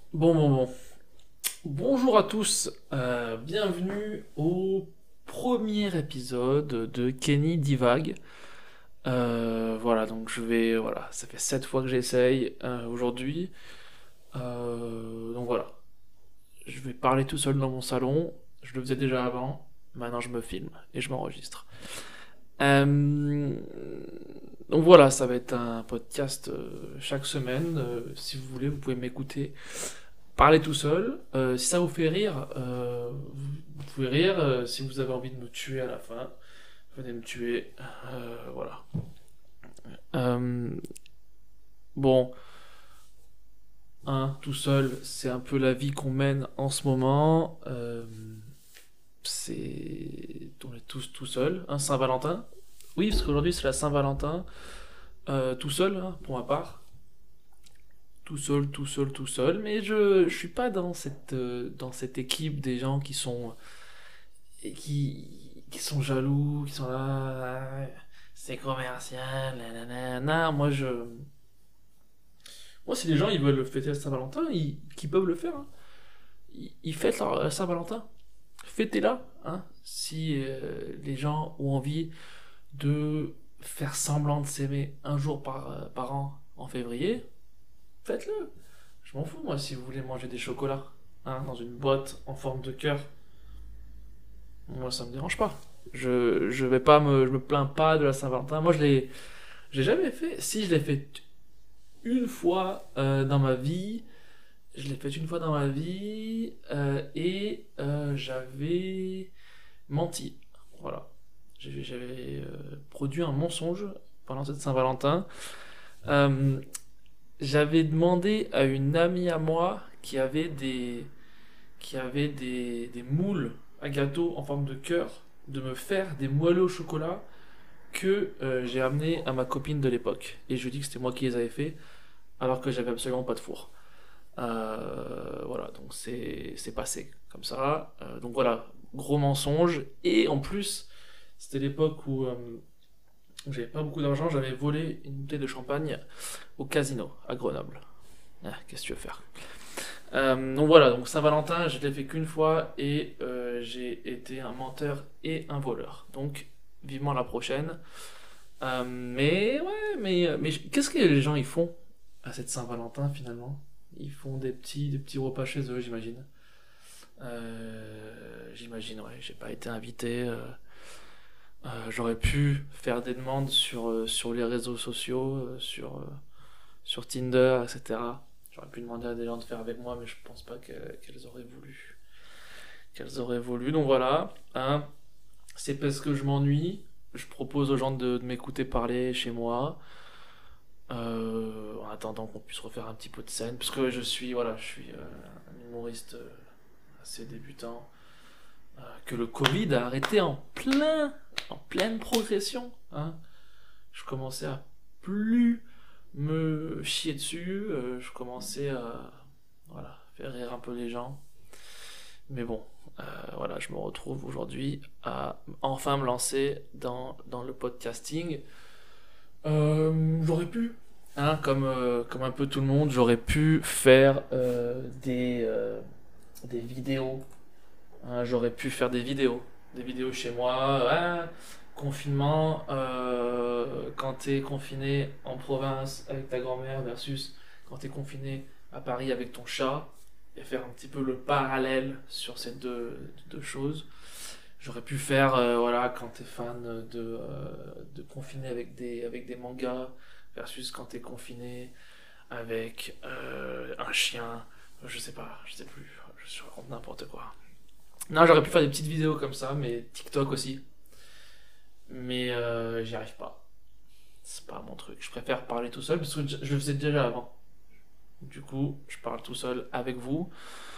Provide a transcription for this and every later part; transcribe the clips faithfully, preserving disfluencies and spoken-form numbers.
Bon, bon, bon. Bonjour à tous, euh, bienvenue au premier épisode de Kenny Divague. Euh, voilà, donc je vais, voilà, ça fait sept fois que j'essaye euh, aujourd'hui. Euh, donc voilà, je vais parler tout seul dans mon salon. Je le faisais déjà avant, maintenant je me filme et je m'enregistre. Euh, donc voilà, ça va être un podcast euh, chaque semaine. Euh, si vous voulez, vous pouvez m'écouter parler tout seul. Euh, si ça vous fait rire, euh, vous pouvez rire. Euh, si vous avez envie de me tuer à la fin, venez me tuer. Euh, voilà. Euh, bon, hein, tout seul, c'est un peu la vie qu'on mène en ce moment. Euh, c'est. On est tous tout seuls. Hein, Saint-Valentin. Oui, parce qu'aujourd'hui c'est la Saint-Valentin. Euh, tout seul, hein, pour ma part. Tout seul, tout seul, tout seul. Mais je, je suis pas dans cette, euh, dans cette équipe des gens qui sont et qui, qui sont jaloux, qui sont là, c'est commercial, nanana. Moi, je. Moi, si les gens ils veulent fêter la Saint-Valentin, ils, qu'ils peuvent le faire. Hein. Ils, ils fêtent la Saint-Valentin. Fêtez-la. Hein. Si euh, les gens ont envie de faire semblant de s'aimer un jour par, euh, par an en février, faites-le. Je m'en fous, moi, si vous voulez manger des chocolats hein, dans une boîte en forme de cœur. Moi, ça me dérange pas. Je, je vais pas me, je me plains pas de la Saint-Valentin. Moi, je l'ai, j'ai jamais fait. Si, je l'ai fait une fois euh, dans ma vie. Je l'ai fait une fois dans ma vie euh, et euh, j'avais menti. Voilà. J'avais, j'avais, euh, produit un mensonge pendant cette Saint-Valentin. Euh, J'avais demandé à une amie à moi qui avait des, qui avait des, des moules à gâteau en forme de cœur de me faire des moelleux au chocolat que euh, j'ai amené à ma copine de l'époque. Et je lui ai dit que c'était moi qui les avais fait, alors que j'avais absolument pas de four. Euh, voilà, donc c'est c'est passé comme ça. Euh, donc voilà, gros mensonge. Et en plus, c'était l'époque où, euh, où j'avais pas beaucoup d'argent, j'avais volé une bouteille de champagne au casino à Grenoble. Ah, qu'est-ce que tu veux faire? Euh, donc voilà, donc Saint-Valentin, je l'ai fait qu'une fois et euh, j'ai été un menteur et un voleur. Donc vivement la prochaine. Euh, mais ouais, mais, mais qu'est-ce que les gens ils font à cette Saint-Valentin finalement? Ils font des petits, des petits repas chez eux, j'imagine. Euh, j'imagine, ouais, j'ai pas été invité. euh, euh, j'aurais pu faire des demandes sur, euh, sur les réseaux sociaux, euh, sur, euh, sur Tinder, et cetera. J'aurais pu demander à des gens de faire avec moi, mais je pense pas que- qu'elles auraient voulu. Qu'elles auraient voulu, donc voilà. Hein. C'est parce que je m'ennuie. Je propose aux gens de, de m'écouter parler chez moi. Euh, en attendant qu'on puisse refaire un petit peu de scène, parce que je suis, voilà, je suis euh, un humoriste euh, assez débutant, euh, que le Covid a arrêté en plein, en pleine progression. Hein. Je commençais à plus me chier dessus, euh, je commençais à, voilà, faire rire un peu les gens. Mais bon, euh, voilà, je me retrouve aujourd'hui à enfin me lancer dans, dans le podcasting. Euh, j'aurais pu, hein, comme, euh, comme un peu tout le monde, j'aurais pu faire euh, des, euh, des vidéos. Hein, j'aurais pu faire des vidéos. Des vidéos chez moi. Ah, confinement, euh, quand t'es confiné en province avec ta grand-mère versus quand t'es confiné à Paris avec ton chat. Et faire un petit peu le parallèle sur ces deux, deux choses. J'aurais pu faire, euh, voilà, quand t'es fan de, euh, de confiner avec des, avec des mangas versus quand t'es confiné avec euh, un chien. Je sais pas, je sais plus. Je raconte n'importe quoi. Non, j'aurais pu faire des petites vidéos comme ça, mais TikTok aussi. Mais euh, j'y arrive pas. C'est pas mon truc. Je préfère parler tout seul parce que je je le faisais déjà avant. Du coup, je parle tout seul avec vous.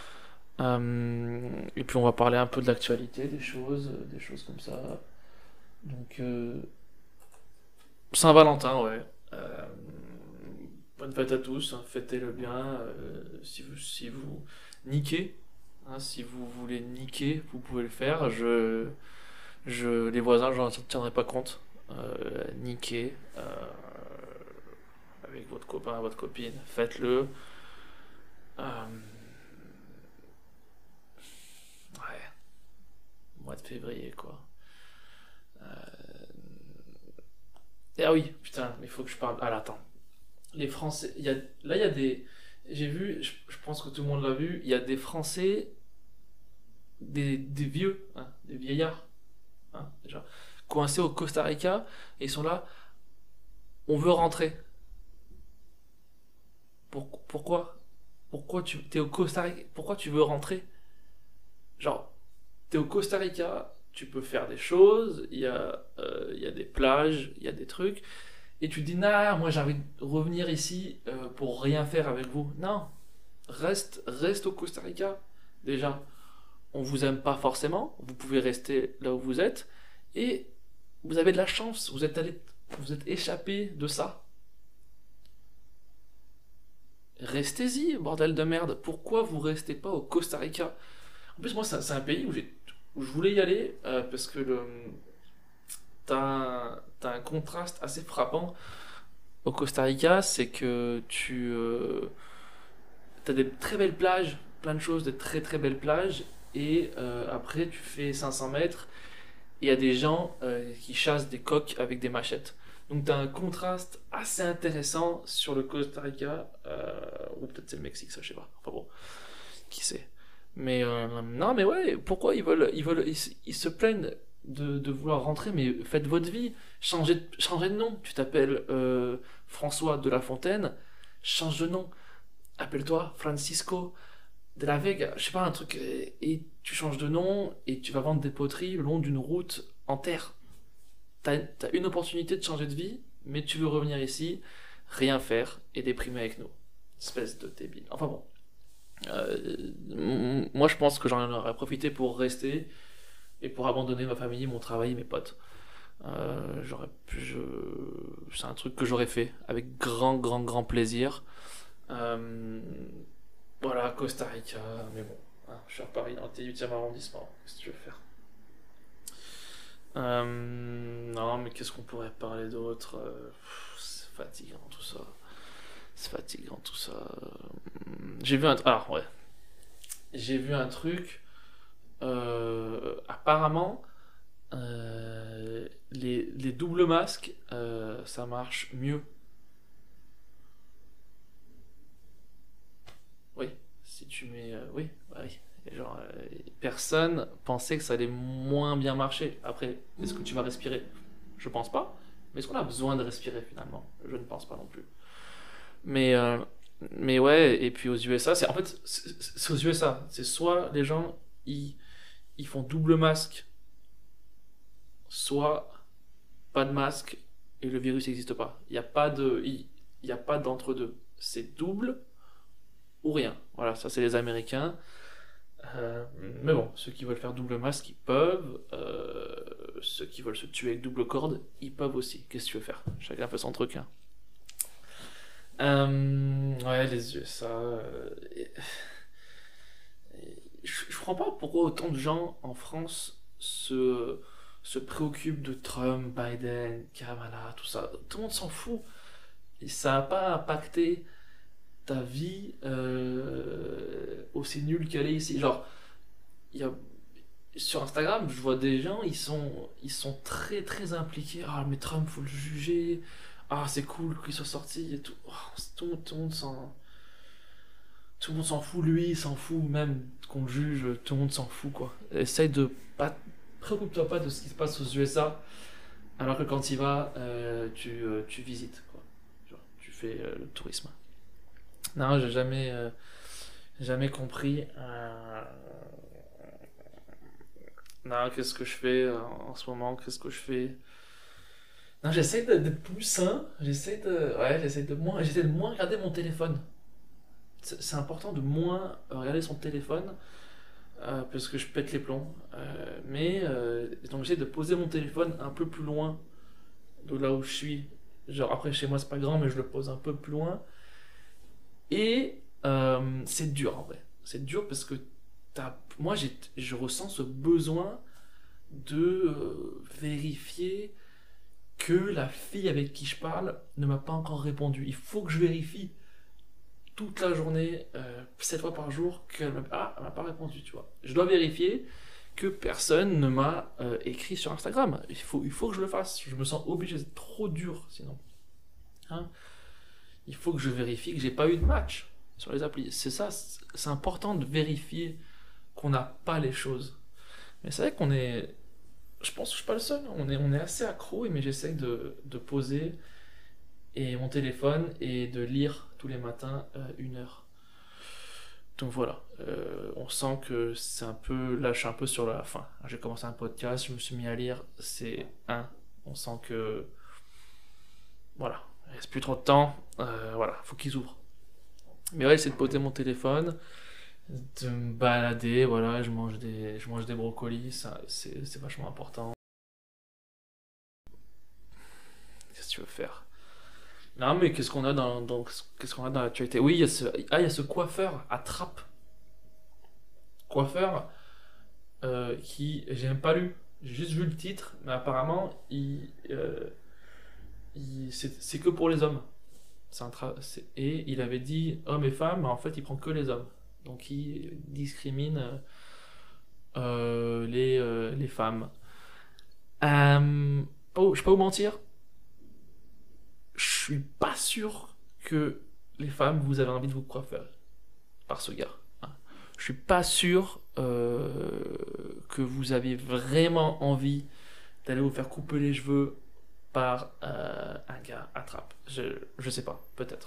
Euh, et puis on va parler un peu de l'actualité, des choses, euh, des choses comme ça. Donc, euh, Saint-Valentin, ouais. Euh, bonne fête à tous, hein, fêtez-le bien. Euh, si vous, si vous niquez, hein, si vous voulez niquer, vous pouvez le faire. Je, je, les voisins, je n'en tiendrai pas compte. Euh, niquer euh, avec votre copain, votre copine, faites-le. Euh, février, quoi. Euh... Et, ah oui, putain, mais il faut que je parle. Ah là, attends. Les Français, il y a... là, il y a des. J'ai vu, je, je pense que tout le monde l'a vu, il y a des Français, des, des vieux, hein, des vieillards, hein, déjà, coincés au Costa Rica, et ils sont là, on veut rentrer. Pour- pourquoi? Pourquoi tu t'es au Costa Rica? Pourquoi tu veux rentrer? Genre, t'es au Costa Rica, tu peux faire des choses, il y a, euh, il y a des plages, il y a des trucs, et tu te dis, nah, moi j'ai envie de revenir ici euh, pour rien faire avec vous. Non, reste, reste au Costa Rica. Déjà, on vous aime pas forcément, vous pouvez rester là où vous êtes, et vous avez de la chance, vous êtes allé, vous êtes échappé de ça. Restez-y, bordel de merde. Pourquoi vous restez pas au Costa Rica? En plus, moi, c'est c'est un pays où, j'ai, où je voulais y aller euh, parce que le, t'as un, t'as un contraste assez frappant au Costa Rica, c'est que tu euh, as des très belles plages, plein de choses, des très très belles plages, et euh, après tu fais cinq cents mètres, et il y a des gens euh, qui chassent des coqs avec des machettes. Donc tu as un contraste assez intéressant sur le Costa Rica, euh, ou peut-être c'est le Mexique, ça je sais pas, enfin bon, qui sait. Mais euh, non, mais ouais, pourquoi ils veulent, ils veulent, ils, se- ils se plaignent de, de vouloir rentrer, mais faites votre vie, changez, de- changez de nom. Tu t'appelles euh, François de la Fontaine, change de nom, appelle-toi Francisco de la Vega, je sais pas, un truc, et, et tu changes de nom et tu vas vendre des poteries le long d'une route en terre. T'as, t'as une opportunité de changer de vie, mais tu veux revenir ici, rien faire et déprimer avec nous. Espèce de débile. Enfin bon. Euh, moi, je pense que j'en aurais profité pour rester et pour abandonner ma famille, mon travail et mes potes. Euh, j'aurais pu, je... C'est un truc que j'aurais fait avec grand, grand, grand plaisir. Euh, voilà, Costa Rica, mais bon, hein, je suis à Paris dans le dix-huitième arrondissement. Qu'est-ce que tu veux faire? Euh, non, mais qu'est-ce qu'on pourrait parler d'autre? Euh, pff, C'est fatigant tout ça. C'est fatigant tout ça. J'ai vu un. Ah, ouais. J'ai vu un truc. Euh, apparemment, euh, les, les doubles masques, euh, ça marche mieux. Oui, si tu mets. Euh, oui, bah oui. Et genre, euh, personne pensait que ça allait moins bien marcher. Après, est-ce que tu vas respirer? Je pense pas. Mais est-ce qu'on a besoin de respirer finalement? Je ne pense pas non plus. Mais, euh, mais ouais, et puis aux U S A, c'est en fait, c'est c'est aux U S A. C'est soit les gens, ils, ils font double masque, soit pas de masque et le virus n'existe pas. Il n'y a pas de, il, il y a pas d'entre-deux. C'est double ou rien. Voilà, ça c'est les Américains. Euh, mais bon, ceux qui veulent faire double masque, ils peuvent. Euh, ceux qui veulent se tuer avec double corde, ils peuvent aussi. Qu'est-ce que tu veux faire? Chacun fait son truc, hein. Euh, ouais, les U S A. euh, et- et je, je comprends pas pourquoi autant de gens en France se, se préoccupent de Trump, Biden, Kamala, tout ça. Tout le monde s'en fout. Et ça n'a pas impacté ta vie euh, aussi nulle qu'elle est ici. Genre, il y a, sur Instagram, je vois des gens, ils sont, ils sont très très impliqués. Ah, mais Trump, faut le juger. Ah, c'est cool qu'il soit sorti et tout. Oh, tout, tout le monde s'en, tout le monde s'en fout. Lui, il s'en fout même qu'on le juge. Tout le monde s'en fout, quoi. Essaye de pas. Préoccupe-toi pas de ce qui se passe aux U S A, alors que quand il va, euh, tu, euh, tu visites, quoi. Genre, tu fais euh, le tourisme. Non, j'ai jamais, euh, jamais compris. euh, Non, qu'est-ce que je fais euh, en ce moment? Qu'est-ce que je fais? Non, j'essaie de- d'être plus sain. J'essaie de, ouais, j'essaie de moins, j'essaie de moins regarder mon téléphone. C'est c'est important de moins regarder son téléphone euh, parce que je pète les plombs. Euh, mais euh, donc j'essaie de poser mon téléphone un peu plus loin de là où je suis. Genre après chez moi c'est pas grand, mais je le pose un peu plus loin. Et euh, c'est dur en vrai. C'est dur parce que t'as, moi j'ai, je ressens ce besoin de euh, vérifier que la fille avec qui je parle ne m'a pas encore répondu. Il faut que je vérifie toute la journée, euh, sept fois par jour, qu'elle m'a ah, elle m'a pas répondu, tu vois. Je dois vérifier que personne ne m'a euh, écrit sur Instagram. Il faut, il faut que je le fasse. Je me sens obligé, c'est trop dur sinon. Hein, il faut que je vérifie que j'ai pas eu de match sur les applis. C'est ça, c'est important de vérifier qu'on n'a pas les choses. Mais c'est vrai qu'on est, je pense que je suis pas le seul. On est, on est assez accro, mais j'essaye de, de poser et mon téléphone et de lire tous les matins euh, une heure. Donc voilà, euh, on sent que c'est un peu, là je suis un peu sur la fin. J'ai commencé un podcast, je me suis mis à lire, c'est un. On sent que, voilà, il reste plus trop de temps, euh, voilà, faut qu'ils ouvrent. Mais ouais, c'est de poser mon téléphone, de me balader, voilà, je mange des, je mange des brocolis, ça, c'est, c'est vachement important. Qu'est-ce que tu veux faire? Non, mais qu'est-ce qu'on a dans, dans- qu'est-ce qu'on a dans l'actualité? Oui, il y a ce, ah, il y a ce coiffeur à Trappes. Coiffeur euh, qui, j'ai même pas lu, j'ai juste vu le titre, mais apparemment, il, euh, il- c'est c'est que pour les hommes. C'est un tra- c'est- et il avait dit hommes et femmes, mais en fait, il prend que les hommes. Donc, il discrimine euh, les, euh, les femmes. Euh, oh, je peux pas vous mentir, je suis pas sûr que les femmes, vous avez envie de vous coiffer par ce gars. Hein. Je suis pas sûr euh, que vous avez vraiment envie d'aller vous faire couper les cheveux par euh, un gars à Trappes. Je, je sais pas, peut-être.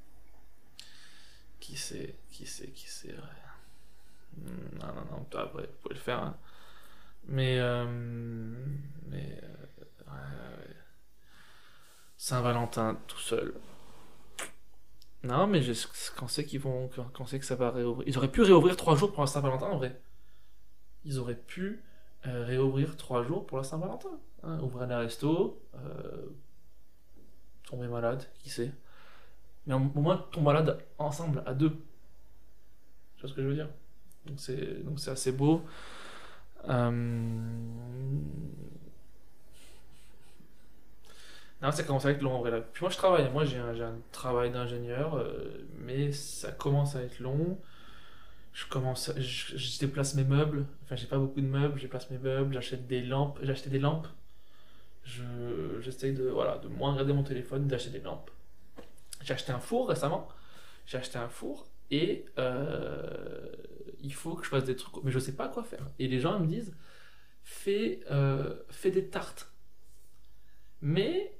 Qui sait, qui sait, qui sait. Ouais. Non, non, non, toi, après, vous pouvez le faire. Hein. Mais, euh, mais, euh, ouais, ouais. Saint-Valentin tout seul. Non, mais je, quand c'est qu'ils vont, quand, quand c'est que ça va réouvrir. Ils auraient pu réouvrir trois jours pour la Saint-Valentin en vrai. Ils auraient pu euh, réouvrir trois jours pour la Saint-Valentin. Hein. Ouvrir les restos, euh, tomber malade, qui sait. Mais au moins tomber malade ensemble, à deux. Tu vois ce que je veux dire? Donc c'est donc c'est assez beau. Euh, Non, ça commence à être long en vrai là. Puis moi je travaille, moi j'ai un, j'ai un travail d'ingénieur, euh, mais ça commence à être long. Je commence, à- je, je déplace mes meubles. Enfin j'ai pas beaucoup de meubles, je déplace mes meubles, j'achète des lampes, j'ai acheté des lampes. Je, j'essaye de voilà de moins regarder mon téléphone, d'acheter des lampes. J'ai acheté un four récemment. J'ai acheté un four et euh, il faut que je fasse des trucs, mais je sais pas quoi faire. Et les gens ils me disent fais, euh, fais des tartes. Mais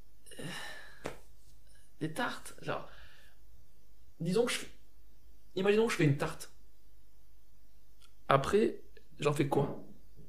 des tartes, genre, disons que je, imaginons que je fais une tarte. Après, j'en fais quoi?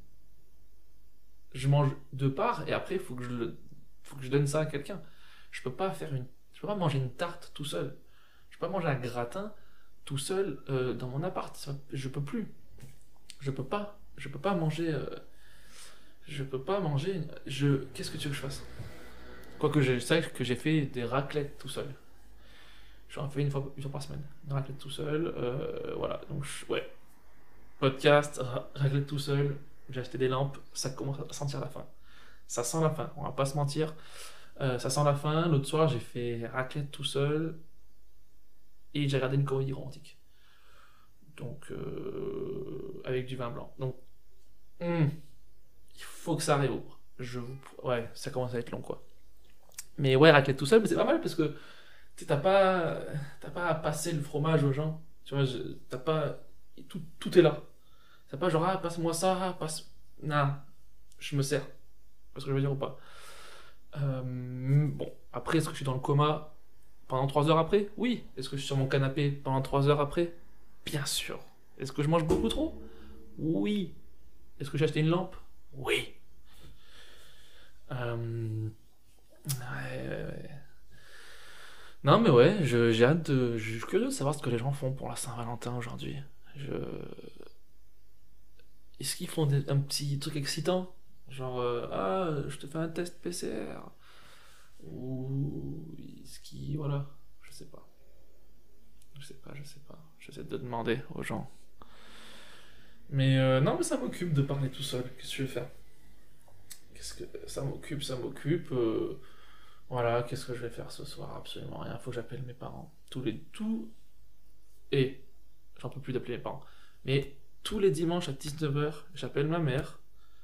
Je mange deux parts et après, il faut que je le, faut que je donne ça à quelqu'un. Je peux pas faire une, je peux pas manger une tarte tout seul. Je peux pas manger un gratin tout seul euh, dans mon appart. Ça- Je peux plus. Je peux pas. Je peux pas manger. euh, je peux pas manger. Je. Qu'est-ce que tu veux que je fasse? Quoique je sais que j'ai fait des raclettes tout seul. J'en fais une fois, une fois par semaine. Une raclette tout seul. euh, voilà. Donc je- ouais. Podcast, ra- raclette tout seul. J'ai acheté des lampes. Ça commence à sentir la fin. Ça sent la fin. On va pas se mentir. Euh, ça sent la fin. L'autre soir, j'ai fait raclette tout seul et j'ai regardé une comédie romantique. Donc, euh, avec du vin blanc. Donc, hmm, il faut que ça réouvre. Je vous... Ouais, ça commence à être long, quoi. Mais ouais, raclette tout seul, mais c'est pas mal parce que tu sais, t'as pas, t'as pas à passer le fromage aux gens. Tu vois, je- t'as pas. Tout, tout est là. C'est pas genre, ah, passe-moi ça, ah, passe. Non, je me sers. Parce que je veux dire ou pas. Euh, bon, après, est-ce que je suis dans le coma pendant trois heures après? Oui. Est-ce que je suis sur mon canapé pendant trois heures après? Bien sûr. Est-ce que je mange beaucoup trop? Oui. Est-ce que j'ai acheté une lampe? Oui. Euh, ouais, ouais, ouais. Non, mais ouais, je- j'ai hâte de. Je suis curieux de savoir ce que les gens font pour la Saint-Valentin aujourd'hui. Je... Est-ce qu'ils font des- un petit truc excitant? Genre, euh, ah, je te fais un test P C R. Ou est-ce qu'ils. Voilà. Je sais pas. Je sais pas, je sais pas. J'essaie de demander aux gens. Mais euh, non, mais ça m'occupe de parler tout seul. Qu'est-ce que je vais faire? Qu'est-ce que ça m'occupe, ça m'occupe. euh, Voilà, qu'est-ce que je vais faire ce soir? Absolument rien. Faut que j'appelle mes parents. Tous les tout et j'en peux plus d'appeler mes parents. Mais tous les dimanches à dix-neuf heures, j'appelle ma mère,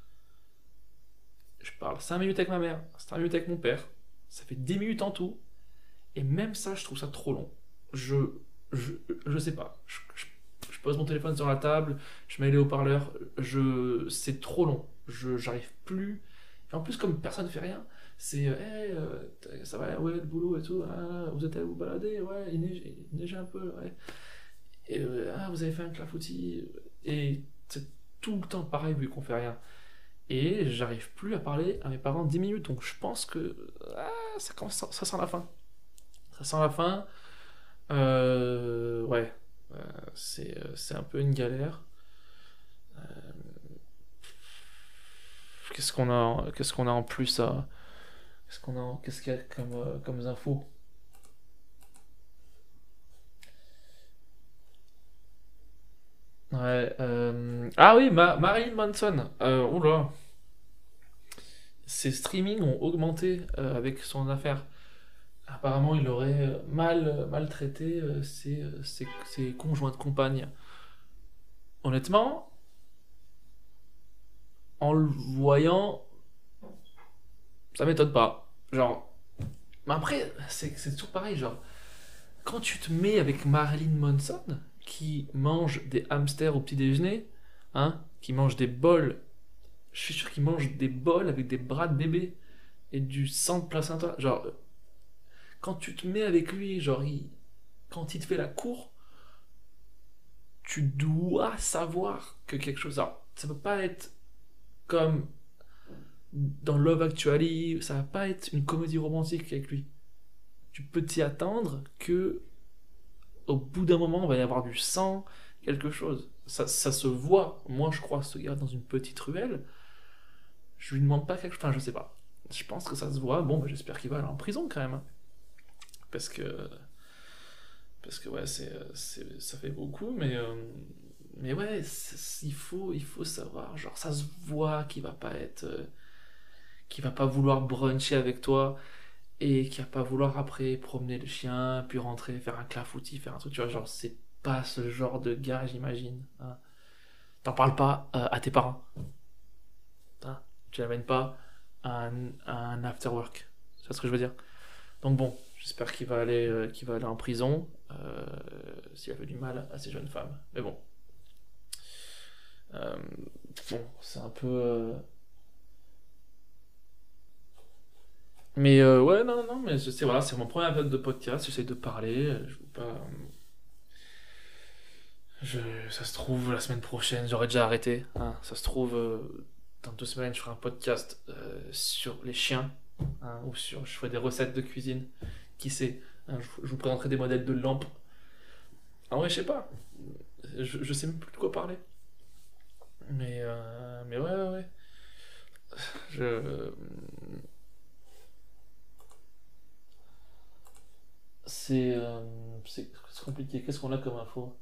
je parle cinq minutes avec ma mère, cinq minutes avec mon père, ça fait dix minutes en tout, et même ça, je trouve ça trop long. Je, je, je sais pas, je, je, je pose mon téléphone sur la table, je mets les haut-parleurs, je, c'est trop long, je, j'arrive plus. Et en plus, comme personne ne fait rien, c'est euh, hey, euh, ça va, ouais, le boulot et tout, ah, vous êtes allé vous balader, ouais, il neige, il neige un peu, ouais. Et, euh, ah, vous avez fait un clafoutis, et c'est tout le temps pareil vu qu'on fait rien. Et j'arrive plus à parler à mes parents dix minutes, donc je pense que ah, ça, commence, ça, ça sent la fin. Ça sent la fin. Euh, ouais, euh, c'est, euh, c'est un peu une galère. Qu'est-ce qu'on a, qu'est-ce qu'on a en plus à, qu'est-ce qu'on a, qu'est-ce qu'il y a comme, euh, comme infos? Ouais, euh, ah oui, Ma- Marilyn Manson. Euh, oula, ses streamings ont augmenté euh, avec son affaire. Apparemment, il aurait euh, mal euh, maltraité euh, ses, euh, ses, ses conjointes compagnes. Honnêtement, en le voyant, ça m'étonne pas. Genre, mais après, c'est c'est toujours pareil. Genre, quand tu te mets avec Marilyn Manson, qui mange des hamsters au petit déjeuner, hein, qui mange des bols, je suis sûr qu'il mange des bols avec des bras de bébé et du sang de placenta. Genre, quand tu te mets avec lui, genre, il- quand il te fait la cour, tu dois savoir que quelque chose. Alors, ça peut pas être comme dans Love Actually, ça va pas être une comédie romantique avec lui. Tu peux t'y attendre que au bout d'un moment, il va y avoir du sang, quelque chose. Ça, ça se voit. Moi, je crois ce gars dans une petite ruelle. Je lui demande pas quelque chose. Enfin, je sais pas. Je pense que ça se voit. Bon, bah, j'espère qu'il va aller en prison quand même, hein. Parce que. Parce que, ouais, c'est, c'est- ça fait beaucoup, mais. euh, mais ouais, c'est- il faut, il faut savoir. Genre, ça se voit qu'il va pas être. euh, qu'il va pas vouloir bruncher avec toi et qu'il va pas vouloir après promener le chien, puis rentrer, faire un clafoutis, faire un truc. Tu vois, genre, c'est pas ce genre de gars, j'imagine, hein. T'en parles pas euh, à tes parents, hein. Tu l'amènes pas à un, à un after work. C'est ce que je veux dire. Donc bon, j'espère qu'il va aller, euh, qu'il va aller en prison euh, s'il a fait du mal à ces jeunes femmes. Mais bon, euh, bon, c'est un peu. euh, Mais euh, ouais, non, non, mais c'est voilà, c'est mon premier épisode de podcast. J'essaie de parler. euh, Je veux pas. euh, Je, ça se trouve la semaine prochaine, j'aurais déjà arrêté, hein. Ça se trouve euh, dans deux semaines, je ferai un podcast euh, sur les chiens, hein, ou sur, je ferai des recettes de cuisine. Qui sait, hein, je, je vous présenterai des modèles de lampes. En vrai, je sais pas. Je, je sais même plus de quoi parler. Mais, euh, mais ouais, ouais, ouais. Je, c'est, euh, c'est c'est compliqué. Qu'est-ce qu'on a comme info?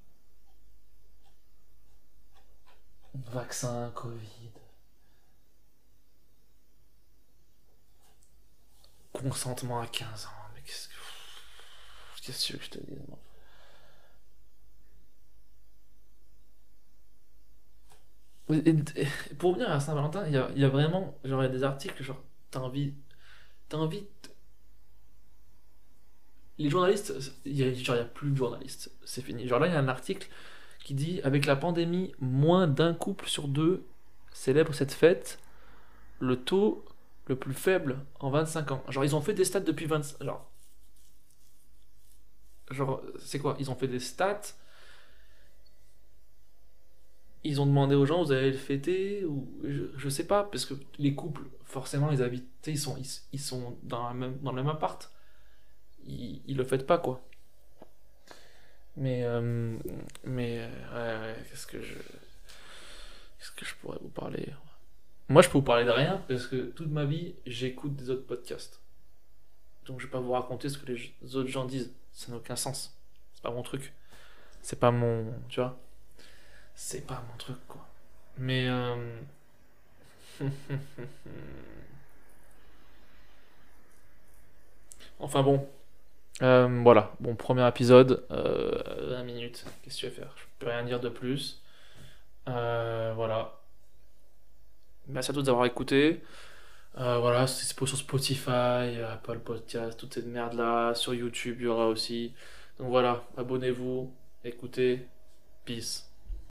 Vaccin, Covid, consentement à quinze ans. Mais qu'est-ce que, qu'est-ce que je te dis, moi. Et- et- et pour revenir à Saint-Valentin, il y a, il y a vraiment genre, il y a des articles, genre, t'as envie, t'as envie, les journalistes, il y a, genre, il y a plus de journalistes, c'est fini. Genre là, il y a un article qui dit, avec la pandémie, moins d'un couple sur deux célèbre cette fête, le taux le plus faible en vingt-cinq ans. Genre, ils ont fait des stats depuis vingt, genre, genre, c'est quoi? Ils ont fait des stats, ils ont demandé aux gens, vous allez le fêter, ou je, je sais pas, parce que les couples, forcément, ils habitent, tu sais, ils sont, ils, ils sont dans, la même, dans le même appart. Ils, ils le fêtent pas, quoi. Mais, euh, mais euh, ouais, ouais, qu'est-ce que je, qu'est-ce que je pourrais vous parler? Moi, je peux vous parler de rien parce que toute ma vie, j'écoute des autres podcasts. Donc, je vais pas vous raconter ce que les autres gens disent. Ça n'a aucun sens. C'est pas mon truc. C'est pas mon, tu vois, c'est pas mon truc, quoi. Mais euh, enfin bon, Euh, voilà. Bon, premier épisode, euh, vingt minutes. Qu'est-ce que tu vas faire? Je peux rien dire de plus. Euh, voilà. Merci à tous d'avoir écouté. Euh, voilà, c'est dispo sur Spotify, Apple Podcast, toute cette merde là. Sur YouTube, il y aura aussi. Donc voilà, abonnez-vous, écoutez. Peace.